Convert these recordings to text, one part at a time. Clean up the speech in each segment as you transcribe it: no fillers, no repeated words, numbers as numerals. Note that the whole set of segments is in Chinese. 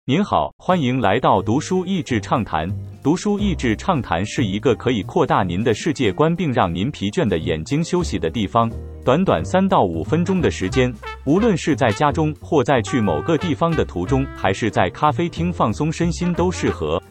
您好，欢迎来到读书益智畅谈。读书益智畅谈是一个可以扩大您的世界观并让您疲倦的眼睛休息的地方。短短3到5分钟的时间，无论是在家中或在去某个地方的途中，还是在咖啡厅放松身心都适合。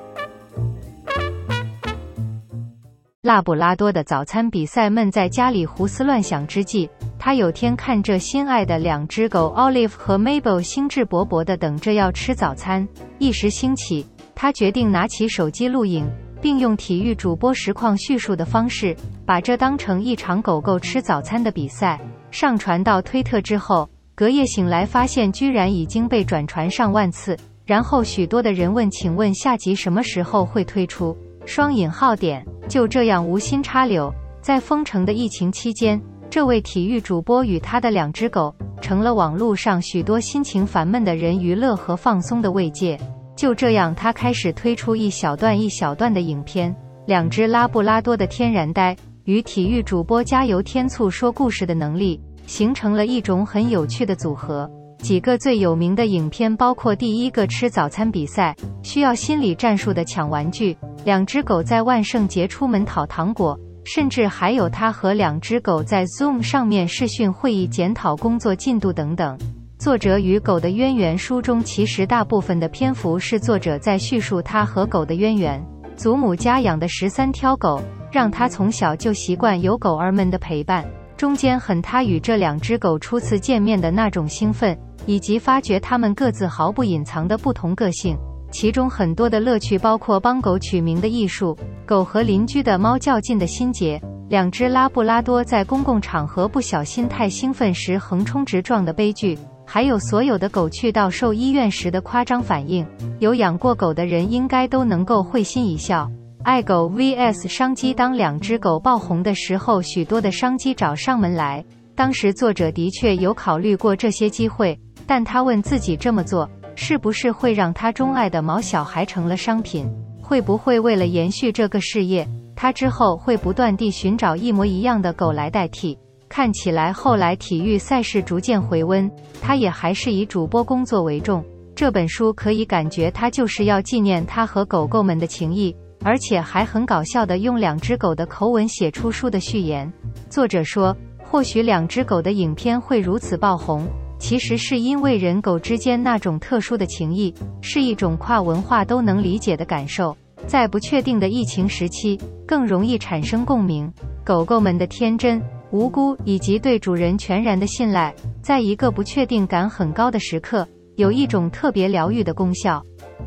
拉布拉多的早餐比赛们在家里胡思乱想之际，他有天看着心爱的2只狗 Olive 和 Mabel 兴致勃勃地等着要吃早餐，一时兴起，他决定拿起手机录影，并用体育主播实况叙述的方式，把这当成一场狗狗吃早餐的比赛，上传到推特之后，隔夜醒来发现居然已经被转传上万次，然后许多的人问请问下集什么时候会推出？就这样无心插柳，在封城的疫情期间，这位体育主播与他的2只狗成了网络上许多心情烦闷的人娱乐和放松的慰藉。就这样，他开始推出一小段一小段的影片，2只拉布拉多的天然呆与体育主播加油添醋说故事的能力，形成了一种很有趣的组合。几个最有名的影片包括第一个吃早餐比赛，需要心理战术的抢玩具，2只狗在万圣节出门讨糖果，甚至还有他和2只狗在 Zoom 上面视讯会议检讨工作进度等等。作者与狗的渊源书中其实大部分的篇幅是作者在叙述他和狗的渊源。祖母家养的13条狗，让他从小就习惯有狗儿们的陪伴，中间很他与这2只狗初次见面的那种兴奋，以及发掘它们各自毫不隐藏的不同个性。其中很多的乐趣包括帮狗取名的艺术，狗和邻居的猫较劲的心结，2只拉布拉多在公共场合不小心太兴奋时横冲直撞的悲剧，还有所有的狗去到兽医院时的夸张反应。有养过狗的人应该都能够会心一笑。爱狗 vs 商机，当2只狗爆红的时候，许多的商机找上门来。当时作者的确有考虑过这些机会，但他问自己这么做是不是会让他钟爱的毛小孩成了商品？会不会为了延续这个事业，他之后会不断地寻找一模一样的狗来代替？看起来后来体育赛事逐渐回温，他也还是以主播工作为重。这本书可以感觉他就是要纪念他和狗狗们的情谊，而且还很搞笑地用2只狗的口吻写出书的序言。作者说，或许2只狗的影片会如此爆红，其实是因为人狗之间那种特殊的情谊，是一种跨文化都能理解的感受。在不确定的疫情时期，更容易产生共鸣。狗狗们的天真、无辜以及对主人全然的信赖，在一个不确定感很高的时刻，有一种特别疗愈的功效。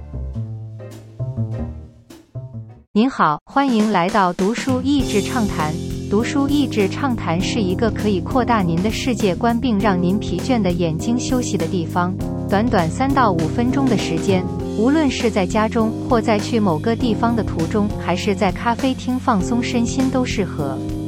您好，欢迎来到读书益智畅谈。读书益智畅谈是一个可以扩大您的世界观并让您疲倦的眼睛休息的地方。短短3到5分钟的时间，无论是在家中或在去某个地方的途中，还是在咖啡厅放松身心都适合。